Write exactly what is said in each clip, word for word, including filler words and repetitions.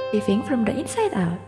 Living from the inside out.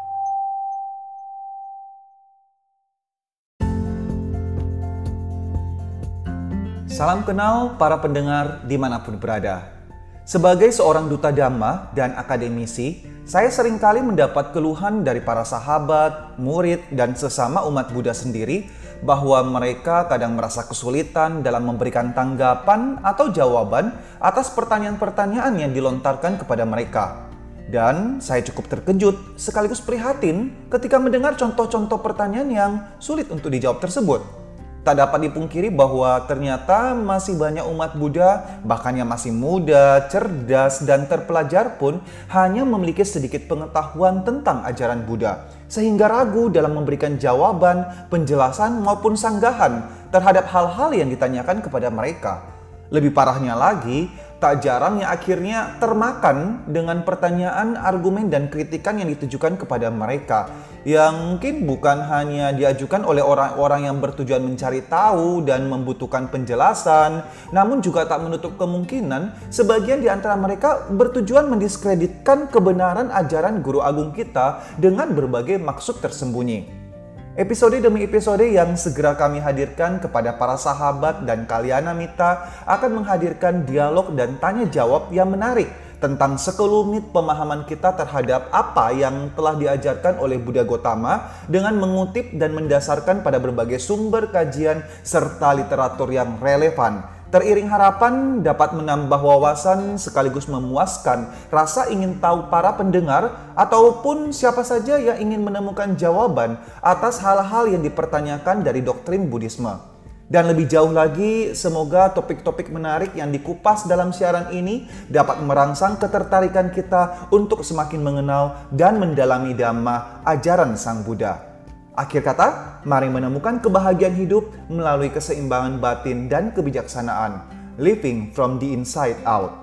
Salam kenal para pendengar dimanapun berada. Sebagai seorang duta Dhamma dan akademisi, saya seringkali mendapat keluhan dari para sahabat, murid, dan sesama umat Buddha sendiri bahwa mereka kadang merasa kesulitan dalam memberikan tanggapan atau jawaban atas pertanyaan-pertanyaan yang dilontarkan kepada mereka. Dan saya cukup terkejut sekaligus prihatin ketika mendengar contoh-contoh pertanyaan yang sulit untuk dijawab tersebut. Tak dapat dipungkiri bahwa ternyata masih banyak umat Buddha, bahkan yang masih muda, cerdas, dan terpelajar pun hanya memiliki sedikit pengetahuan tentang ajaran Buddha, sehingga ragu dalam memberikan jawaban, penjelasan, maupun sanggahan terhadap hal-hal yang ditanyakan kepada mereka. Lebih parahnya lagi, tak jarang yang akhirnya termakan dengan pertanyaan, argumen, dan kritikan yang ditujukan kepada mereka, yang mungkin bukan hanya diajukan oleh orang-orang yang bertujuan mencari tahu dan membutuhkan penjelasan, namun juga tak menutup kemungkinan sebagian di antara mereka bertujuan mendiskreditkan kebenaran ajaran Guru Agung kita dengan berbagai maksud tersembunyi. Episode demi episode yang segera kami hadirkan kepada para sahabat dan kalyana mita akan menghadirkan dialog dan tanya jawab yang menarik tentang sekelumit pemahaman kita terhadap apa yang telah diajarkan oleh Buddha Gotama dengan mengutip dan mendasarkan pada berbagai sumber kajian serta literatur yang relevan. Teriring harapan dapat menambah wawasan sekaligus memuaskan rasa ingin tahu para pendengar ataupun siapa saja yang ingin menemukan jawaban atas hal-hal yang dipertanyakan dari doktrin Buddhisme. Dan lebih jauh lagi, semoga topik-topik menarik yang dikupas dalam siaran ini dapat merangsang ketertarikan kita untuk semakin mengenal dan mendalami Dhamma ajaran Sang Buddha. Akhir kata, mari menemukan kebahagiaan hidup melalui keseimbangan batin dan kebijaksanaan. Living from the inside out.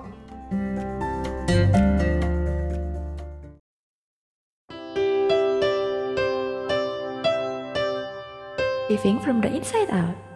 Living from the inside out.